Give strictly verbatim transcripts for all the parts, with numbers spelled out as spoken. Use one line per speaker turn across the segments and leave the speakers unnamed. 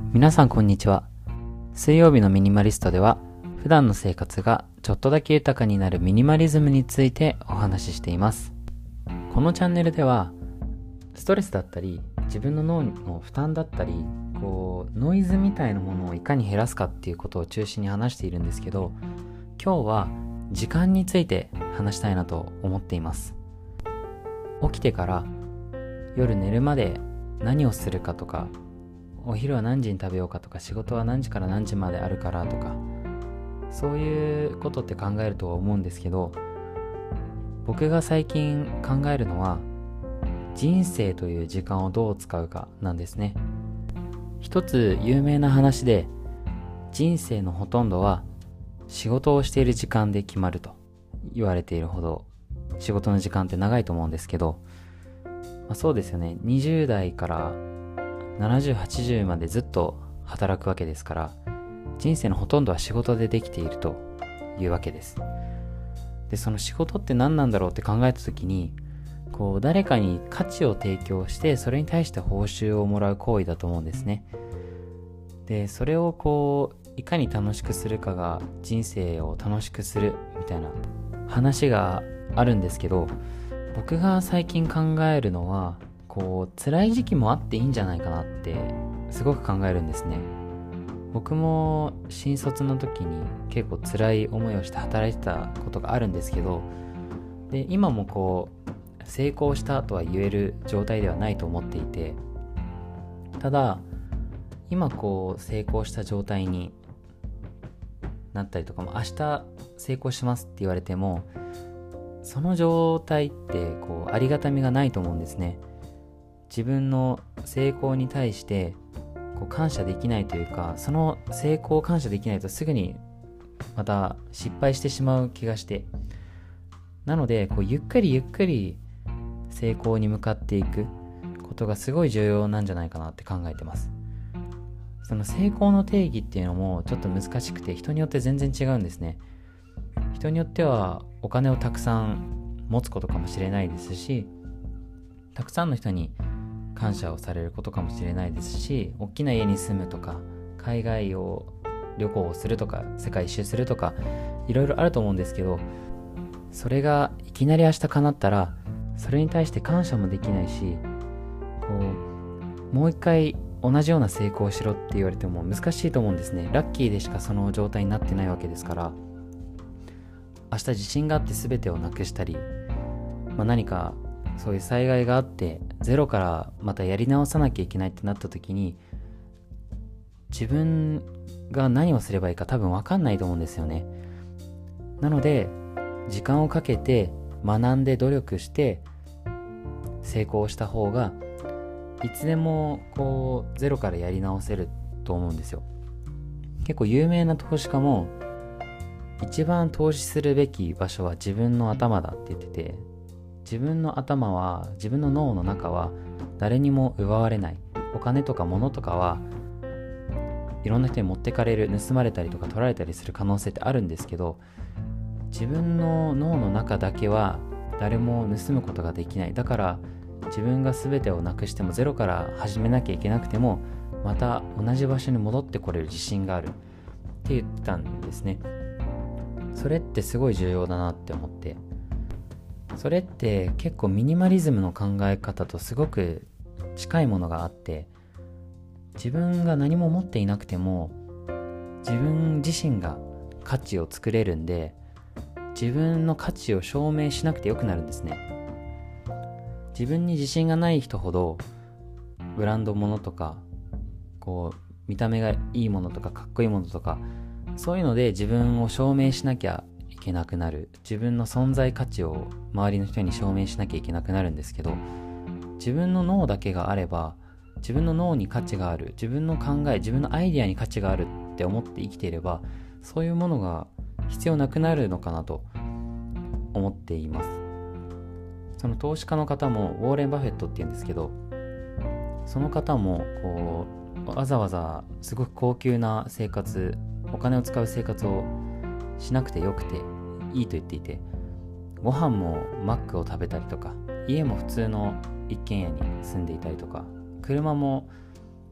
皆さんこんにちは。水曜日のミニマリストでは、普段の生活がちょっとだけ豊かになるミニマリズムについてお話ししています。このチャンネルでは、ストレスだったり自分の脳の負担だったり、こうノイズみたいなものをいかに減らすかっていうことを中心に話しているんですけど、今日は時間について話したいなと思っています。起きてから夜寝るまで何をするかとか、お昼は何時に食べようかとか、仕事は何時から何時まであるからとか、そういうことって考えるとは思うんですけど、僕が最近考えるのは、人生という時間をどう使うかなんですね。一つ有名な話で、人生のほとんどは仕事をしている時間で決まると言われているほど、仕事の時間って長いと思うんですけど、まあ、そうですよね。にじゅう代からななじゅう、はちじゅうまでずっと働くわけですから、人生のほとんどは仕事でできているというわけです。で、その仕事って何なんだろうって考えたときに、こう誰かに価値を提供して、それに対して報酬をもらう行為だと思うんですね。で、それをこういかに楽しくするかが人生を楽しくするみたいな話があるんですけど、僕が最近考えるのは、こう辛い時期もあっていいんじゃないかなってすごく考えるんですね。僕も新卒の時に結構辛い思いをして働いてたことがあるんですけど、で今もこう成功したとは言える状態ではないと思っていて、ただ今こう成功した状態になったりとかも、明日成功しますって言われても、その状態ってこうありがたみがないと思うんですね。自分の成功に対してこう感謝できないというか、その成功を感謝できないとすぐにまた失敗してしまう気がして、なのでこうゆっくりゆっくり成功に向かっていくことがすごい重要なんじゃないかなって考えてます。その成功の定義っていうのもちょっと難しくて、人によって全然違うんですね。人によってはお金をたくさん持つことかもしれないですし、たくさんの人に感謝をされることかもしれないですし、大きな家に住むとか、海外を旅行をするとか、世界一周するとか、いろいろあると思うんですけど、それがいきなり明日叶ったら、それに対して感謝もできないし、こうもう一回同じような成功をしろって言われても難しいと思うんですね。ラッキーでしかその状態になってないわけですから、明日自信があって全てをなくしたり、まあ、何かそういう災害があってゼロからまたやり直さなきゃいけないってなった時に、自分が何をすればいいか多分分かんないと思うんですよね。なので時間をかけて学んで努力して成功した方が、いつでもこうゼロからやり直せると思うんですよ。結構有名な投資家も、一番投資するべき場所は自分の頭だって言ってて、自分の頭は、自分の脳の中は誰にも奪われない。お金とか物とかはいろんな人に持ってかれる、盗まれたりとか取られたりする可能性ってあるんですけど、自分の脳の中だけは誰も盗むことができない。だから自分が全てをなくしても、ゼロから始めなきゃいけなくても、また同じ場所に戻ってこれる自信があるって言ってたんですね。それってすごい重要だなって思って、それって結構ミニマリズムの考え方とすごく近いものがあって、自分が何も持っていなくても自分自身が価値を作れるんで、自分の価値を証明しなくてよくなるんですね。自分に自信がない人ほどブランド物とか、こう見た目がいいものとかかっこいいものとか、そういうので自分を証明しなきゃいけなくなる。自分の存在価値を周りの人に証明しなきゃいけなくなるんですけど、自分の脳だけがあれば、自分の脳に価値がある、自分の考え、自分のアイデアに価値があるって思って生きていれば、そういうものが必要なくなるのかなと思っています。その投資家の方もウォーレン・バフェットって言うんですけど、その方もこうわざわざすごく高級な生活、お金を使う生活をしなくてよくていいと言っていて、ご飯もマックを食べたりとか、家も普通の一軒家に住んでいたりとか、車も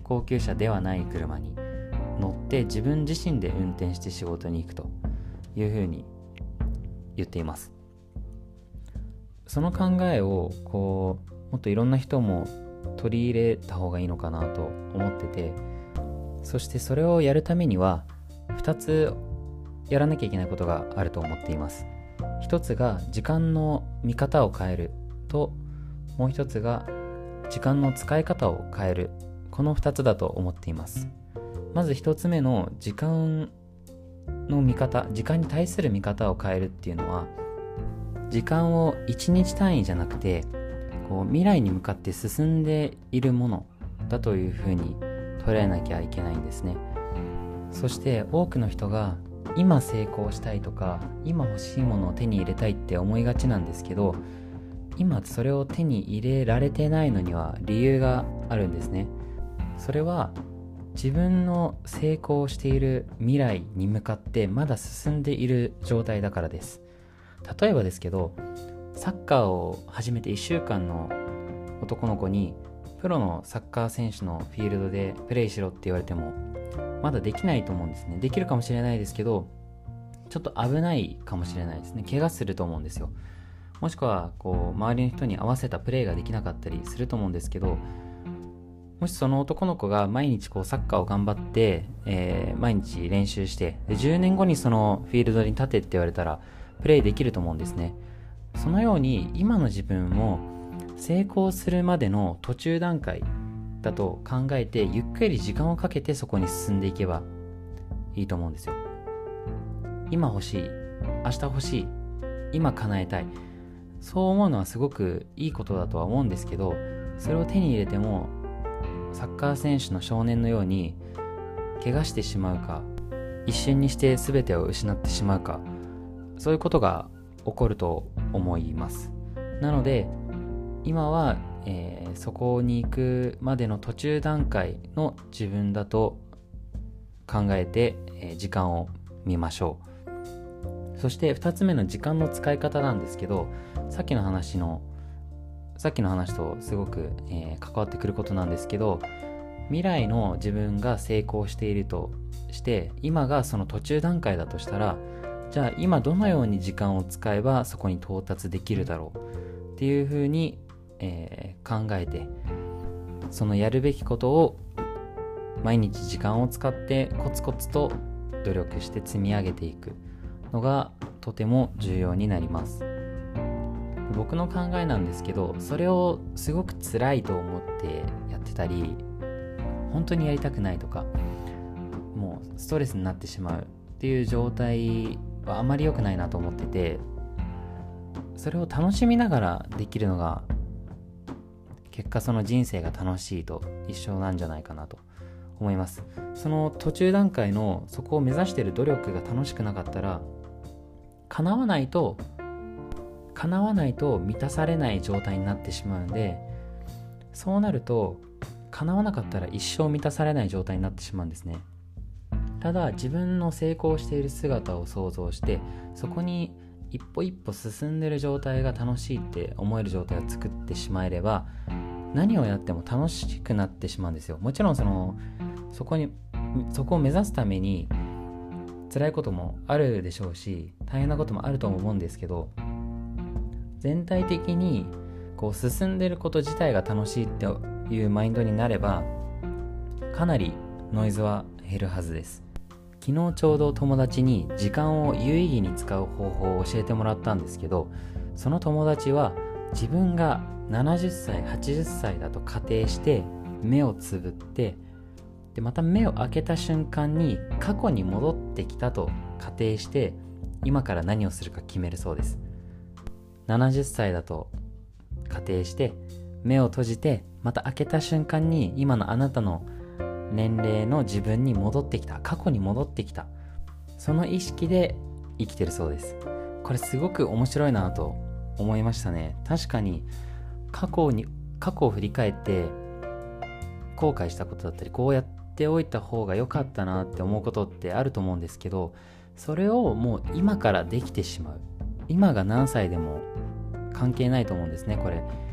高級車ではない車に乗って自分自身で運転して仕事に行くというふうに言っています。その考えをこうもっといろんな人も取り入れた方がいいのかなと思ってて、そしてそれをやるためにはふたつやらなきゃいけないことがあると思っています。ひとつが時間の見方を変えると、もうひとつが時間の使い方を変える。このふたつだと思っています。まずひとつめの時間の見方、時間に対する見方を変えるっていうのは、時間をいちにち単位じゃなくてこう未来に向かって進んでいるものだというふうに捉えなきゃいけないんですね。そして多くの人が今成功したいとか今欲しいものを手に入れたいって思いがちなんですけど、今それを手に入れられてないのには理由があるんですね。それは自分の成功している未来に向かってまだ進んでいる状態だからです。例えばですけど、サッカーを始めていっしゅうかんの男の子にプロのサッカー選手のフィールドでプレイしろって言われてもまだできないと思うんですね。できるかもしれないですけど、ちょっと危ないかもしれないですね。怪我すると思うんですよ。もしくはこう周りの人に合わせたプレーができなかったりすると思うんですけど、もしその男の子が毎日こうサッカーを頑張って、えー、毎日練習してでじゅうねんごにそのフィールドに立てって言われたらプレイできると思うんですね。そのように今の自分も成功するまでの途中段階だと考えて、ゆっくり時間をかけてそこに進んでいけばいいと思うんですよ。今欲しい、明日欲しい、今叶えたい、そう思うのはすごくいいことだとは思うんですけど、それを手に入れてもサッカー選手の少年のように怪我してしまうか、一瞬にして全てを失ってしまうか、そういうことが起こると思います。なので今は、えー、そこに行くまでの途中段階の自分だと考えて、えー、時間を見ましょう。そしてふたつめの時間の使い方なんですけど、さっきの話のさっきの話とすごく、えー、関わってくることなんですけど、未来の自分が成功しているとして今がその途中段階だとしたら、じゃあ今どのように時間を使えばそこに到達できるだろうっていうふうに、えー、考えて、そのやるべきことを毎日時間を使ってコツコツと努力して積み上げていくのがとても重要になります。僕の考えなんですけど、それをすごく辛いと思ってやってたり、本当にやりたくないとかもうストレスになってしまうっていう状態はあまり良くないなと思ってて、それを楽しみながらできるのが結果その人生が楽しいと一緒なんじゃないかなと思います。その途中段階のそこを目指している努力が楽しくなかったら、叶わないと叶わないと満たされない状態になってしまうので、そうなると叶わなかったら一生満たされない状態になってしまうんですね。ただ自分の成功している姿を想像して、そこに一歩一歩進んでいる状態が楽しいって思える状態を作ってしまえれば、何をやっても楽しくなってしまうんですよ。もちろんそのそこにそこを目指すために辛いこともあるでしょうし、大変なこともあると思うんですけど、全体的にこう進んでいること自体が楽しいっていうマインドになれば、かなりノイズは減るはずです。昨日ちょうど友達に時間を有意義に使う方法を教えてもらったんですけど、その友達は自分がななじゅっさいはちじゅっさいだと仮定して目をつぶって、でまた目を開けた瞬間に過去に戻ってきたと仮定して今から何をするか決めるそうです。ななじゅっさいだと仮定して目を閉じて、また開けた瞬間に今のあなたの年齢の自分に戻ってきた、過去に戻ってきた、その意識で生きてるそうです。これすごく面白いなと思いましたね。確かに過去に過去を振り返って後悔したことだったり、こうやっておいた方が良かったなって思うことってあると思うんですけど、それをもう今からできてしまう、今が何歳でも関係ないと思うんですね。これ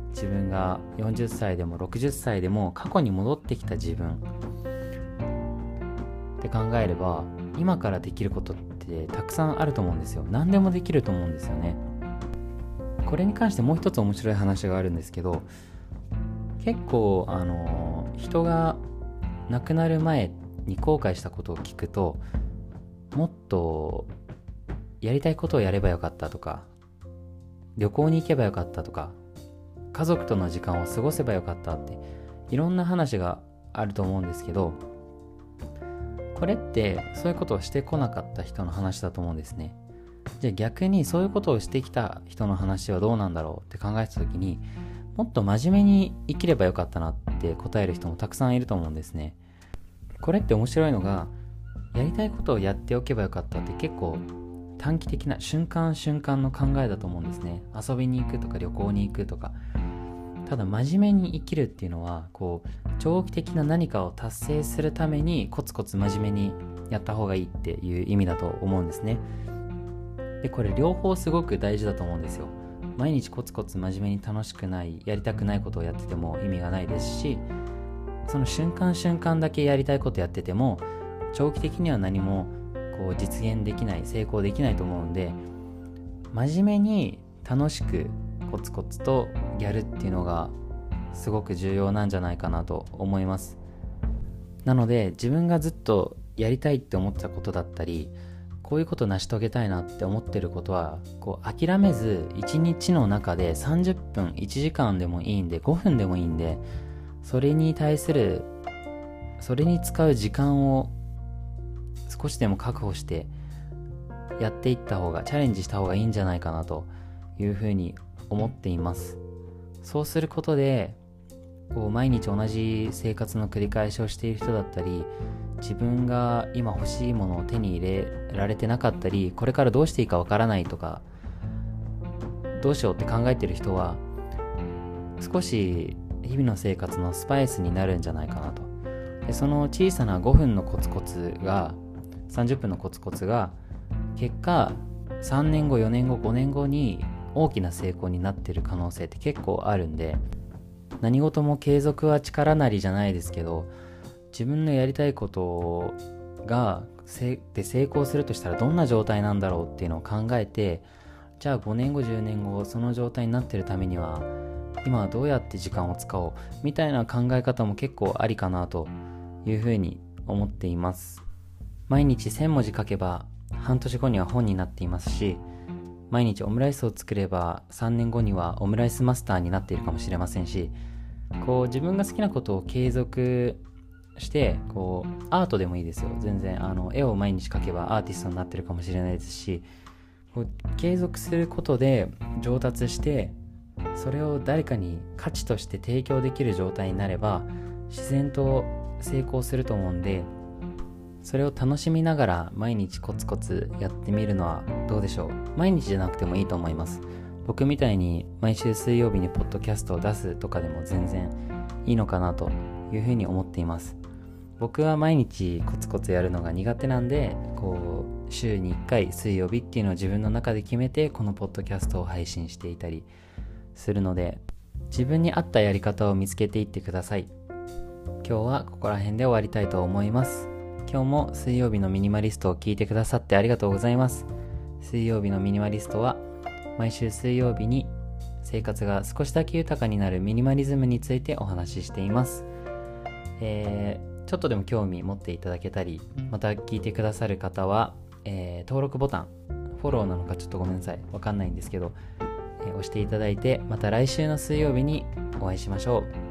自分がよんじゅっさいでもろくじゅっさいでも過去に戻ってきた自分って考えれば、今からできることってたくさんあると思うんですよ。何でもできると思うんですよね。これに関してもう一つ面白い話があるんですけど、結構あの人が亡くなる前に後悔したことを聞くと、もっとやりたいことをやればよかったとか、旅行に行けばよかったとか、家族との時間を過ごせばよかったって、いろんな話があると思うんですけど、これってそういうことをしてこなかった人の話だと思うんですね。じゃあ逆にそういうことをしてきた人の話はどうなんだろうって考えたときに、もっと真面目に生きればよかったなって答える人もたくさんいると思うんですね。これって面白いのが、やりたいことをやっておけばよかったって結構短期的な瞬間瞬間の考えだと思うんですね。遊びに行くとか旅行に行くとか。ただ真面目に生きるっていうのは、こう長期的な何かを達成するためにコツコツ真面目にやった方がいいっていう意味だと思うんですね。でこれ両方すごく大事だと思うんですよ。毎日コツコツ真面目に楽しくない、やりたくないことをやってても意味がないですし、その瞬間瞬間だけやりたいことやってても長期的には何もこう実現できない、成功できないと思うんで、真面目に楽しくコツコツとやるっていうのがすごく重要なんじゃないかなと思います。なので自分がずっとやりたいって思ってたことだったり、こういうこと成し遂げたいなって思ってることは、こう諦めずいちにちの中でさんじゅっぷん、いちじかんでもいいんで、ごふんでもいいんで、それに対するそれに使う時間を少しでも確保してやっていった方が、チャレンジした方がいいんじゃないかなというふうに思っています。そうすることでこう毎日同じ生活の繰り返しをしている人だったり、自分が今欲しいものを手に入れられてなかったり、これからどうしていいかわからないとか、どうしようって考えている人は少し日々の生活のスパイスになるんじゃないかなと。でその小さなごふんのコツコツが、さんじゅっぷんのコツコツが結果さんねんご、よねんご、ごねんごに大きな成功になっている可能性って結構あるんで、何事も継続は力なりじゃないですけど、自分のやりたいことがで成功するとしたらどんな状態なんだろうっていうのを考えて、じゃあごねんご、じゅうねんごその状態になっているためには今はどうやって時間を使おうみたいな考え方も結構ありかなというふうに思っています。毎日せんもじ書けば半年後には本になっていますし、毎日オムライスを作ればさんねんごにはオムライスマスターになっているかもしれませんし、こう自分が好きなことを継続してこうアートでもいいですよ。全然あの絵を毎日描けばアーティストになってるかもしれないですし、こう継続することで上達して、それを誰かに価値として提供できる状態になれば自然と成功すると思うんで、それを楽しみながら毎日コツコツやってみるのはどうでしょう。毎日じゃなくてもいいと思います。僕みたいに毎週水曜日にポッドキャストを出すとかでも全然いいのかなというふうに思っています。僕は毎日コツコツやるのが苦手なんで、こう週にいっかい水曜日っていうのを自分の中で決めてこのポッドキャストを配信していたりするので、自分に合ったやり方を見つけていってください。今日はここら辺で終わりたいと思います。今日も水曜日のミニマリストを聞いてくださってありがとうございます。水曜日のミニマリストは毎週水曜日に生活が少しだけ豊かになるミニマリズムについてお話ししています。えー、ちょっとでも興味持っていただけたり、また聞いてくださる方は、えー、登録ボタン、フォローなのかちょっとごめんなさい、わかんないんですけど、えー、押していただいて、また来週の水曜日にお会いしましょう。